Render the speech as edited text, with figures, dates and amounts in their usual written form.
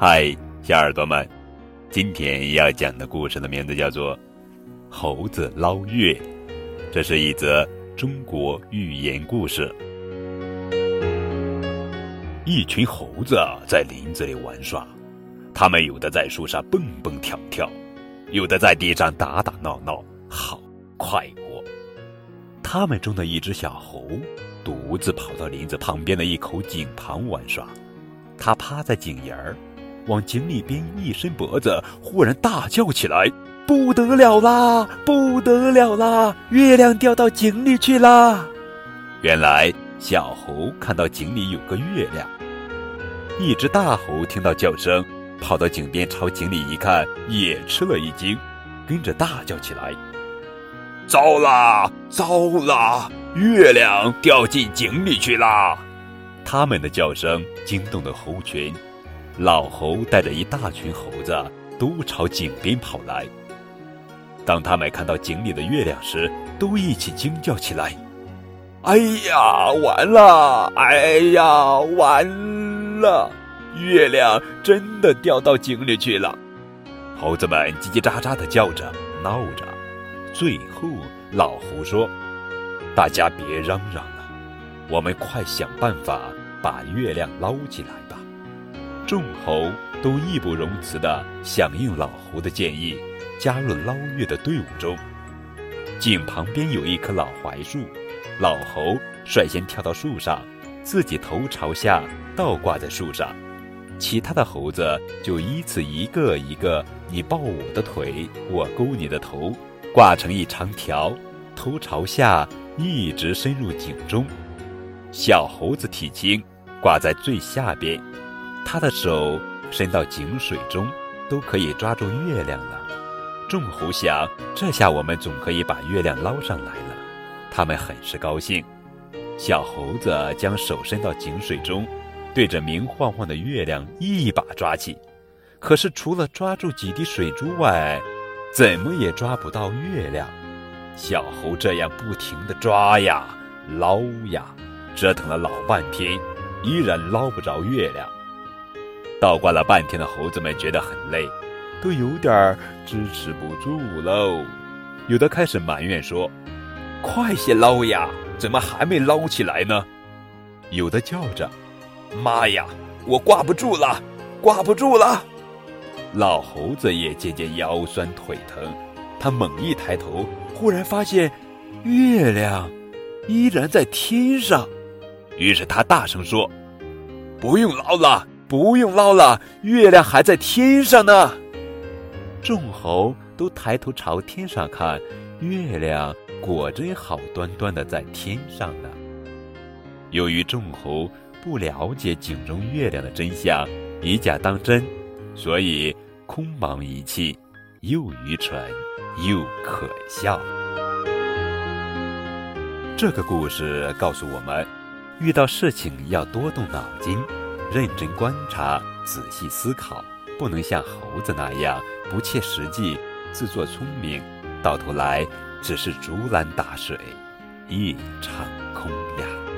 嗨，小耳朵们，今天要讲的故事的名字叫做《猴子捞月》，这是一则中国寓言故事。一群猴子在林子里玩耍，它们有的在树上蹦蹦跳跳，有的在地上打打闹闹，好快活。它们中的一只小猴独自跑到林子旁边的一口井旁玩耍，它趴在井沿儿，往井里边一伸脖子，忽然大叫起来：不得了啦，不得了啦，月亮掉到井里去啦！原来小猴看到井里有个月亮。一只大猴听到叫声，跑到井边朝井里一看，也吃了一惊，跟着大叫起来：糟啦，糟啦，月亮掉进井里去啦！他们的叫声惊动了猴群，老猴带着一大群猴子都朝井边跑来。当他们看到井里的月亮时，都一起惊叫起来：哎呀，完了！哎呀，完了！月亮真的掉到井里去了！猴子们叽叽喳喳地叫着闹着。最后老猴说：大家别嚷嚷了，我们快想办法把月亮捞起来吧。众猴都义不容辞地响应老猴的建议，加入捞月的队伍中。井旁边有一棵老槐树，老猴率先跳到树上，自己头朝下倒挂在树上，其他的猴子就依次一个一个，你抱我的腿，我勾你的头，挂成一长条，头朝下一直深入井中。小猴子体轻，挂在最下边，他的手伸到井水中，都可以抓住月亮了。众猴想，这下我们总可以把月亮捞上来了，他们很是高兴。小猴子将手伸到井水中，对着明晃晃的月亮一把抓起，可是除了抓住几滴水珠外，怎么也抓不到月亮。小猴这样不停地抓呀捞呀，折腾了老半天，依然捞不着月亮。倒挂了半天的猴子们觉得很累，都有点支持不住喽。有的开始埋怨说：快些捞呀，怎么还没捞起来呢？有的叫着：妈呀，我挂不住了，挂不住了！老猴子也渐渐腰酸腿疼，他猛一抬头，忽然发现月亮依然在天上。于是他大声说：不用捞了，不用捞了，月亮还在天上呢！众猴都抬头朝天上看，月亮果真好端端的在天上呢。由于众猴不了解井中月亮的真相，以假当真，所以空忙一气，又愚蠢又可笑。这个故事告诉我们，遇到事情要多动脑筋，认真观察，仔细思考，不能像猴子那样不切实际，自作聪明，到头来只是竹篮打水一场空呀。